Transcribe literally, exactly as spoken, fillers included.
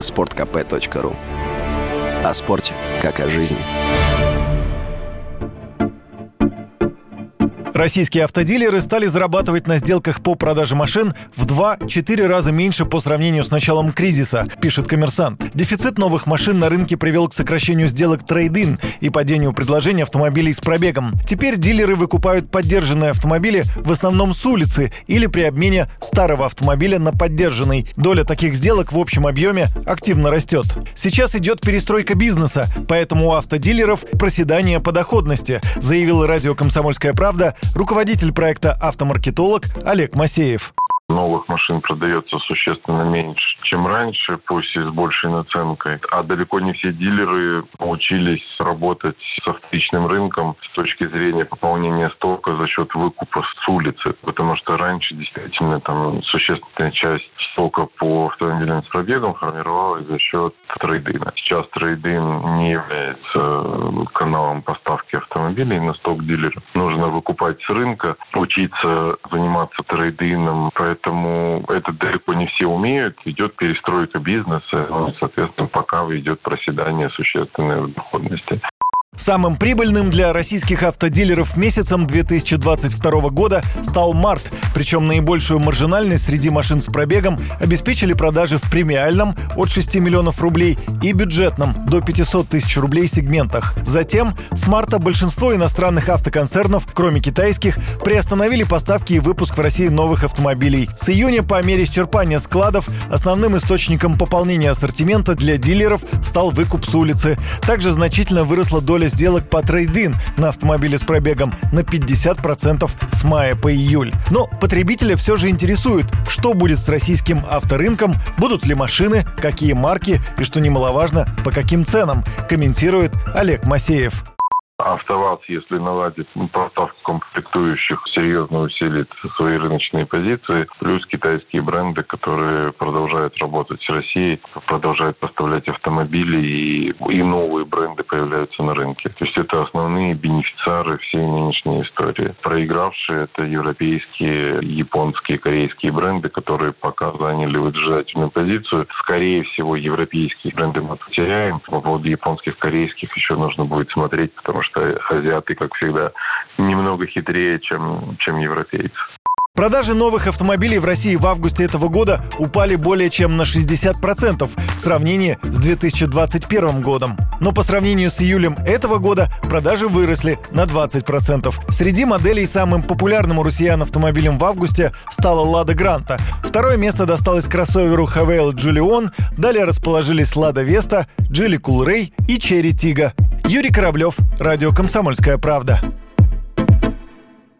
спорт кей пи точка ру. О спорте, как о жизни. Российские автодилеры стали зарабатывать на сделках по продаже машин в два-четыре раза меньше по сравнению с началом кризиса, пишет «Коммерсант». Дефицит новых машин на рынке привел к сокращению сделок трейд-ин и падению предложений автомобилей с пробегом. Теперь дилеры выкупают поддержанные автомобили в основном с улицы или при обмене старого автомобиля на поддержанный. Доля таких сделок в общем объеме активно растет. Сейчас идет перестройка бизнеса, поэтому у автодилеров проседание по доходности, заявил радио «Комсомольская правда» руководитель проекта «Автомаркетолог» Олег Масеев. Новых машин продается существенно меньше, чем раньше, пусть и с большей наценкой. А далеко не все дилеры научились работать со вторичным рынком с точки зрения пополнения стока за счет выкупа с улицы. Потому что раньше действительно там существенная часть стока по автомобилям с пробегом формировалась за счет трейд-ина. Сейчас трейд-ин не является каналом поставки автомобилей на сток дилеров. Нужно выкупать с рынка, учиться заниматься трейд-ином, поэтому Поэтому это далеко не все умеют. Идет перестройка бизнеса, ну, соответственно, пока идет проседание существенной в доходности. Самым прибыльным для российских автодилеров месяцем две тысячи двадцать второго года стал март. Причем наибольшую маржинальность среди машин с пробегом обеспечили продажи в премиальном от шести миллионов рублей и бюджетном до пятисот тысяч рублей сегментах. Затем с марта большинство иностранных автоконцернов, кроме китайских, приостановили поставки и выпуск в России новых автомобилей. С июня по мере исчерпания складов основным источником пополнения ассортимента для дилеров стал выкуп с улицы. Также значительно выросла доля сделок по трейд-ин на автомобили с пробегом на пятьдесят процентов с мая по июль. Но потребителя все же интересует, что будет с российским авторынком, будут ли машины, какие марки и, что немаловажно, по каким ценам, комментирует Олег Масеев. АвтоВАЗ, если наладит поставку комплектующих, серьезно усилит свои рыночные позиции, плюс китайские бренды, которые продолжают работать с Россией, продолжают поставлять автомобили, и, и новые бренды появляются на рынке. То есть это основные бенефициары всей нынешней истории. Проигравшие — это европейские, японские, корейские бренды, которые пока заняли выжидательную позицию. Скорее всего, европейские бренды мы потеряем. По поводу японских, корейских еще нужно будет смотреть, потому что азиаты, как всегда, немного хитрее, чем, чем европейцы. Продажи новых автомобилей в России в августе этого года упали более чем на шестьдесят процентов в сравнении с две тысячи двадцать первым годом. Но по сравнению с июлем этого года продажи выросли на двадцать процентов. Среди моделей самым популярным у россиян автомобилем в августе стала «Лада Гранта». Второе место досталось кроссоверу Хавейл Джулион, далее расположились «Лада Веста», «Джили Кулрей» и «Черри Тига». Юрий Кораблев, радио «Комсомольская правда».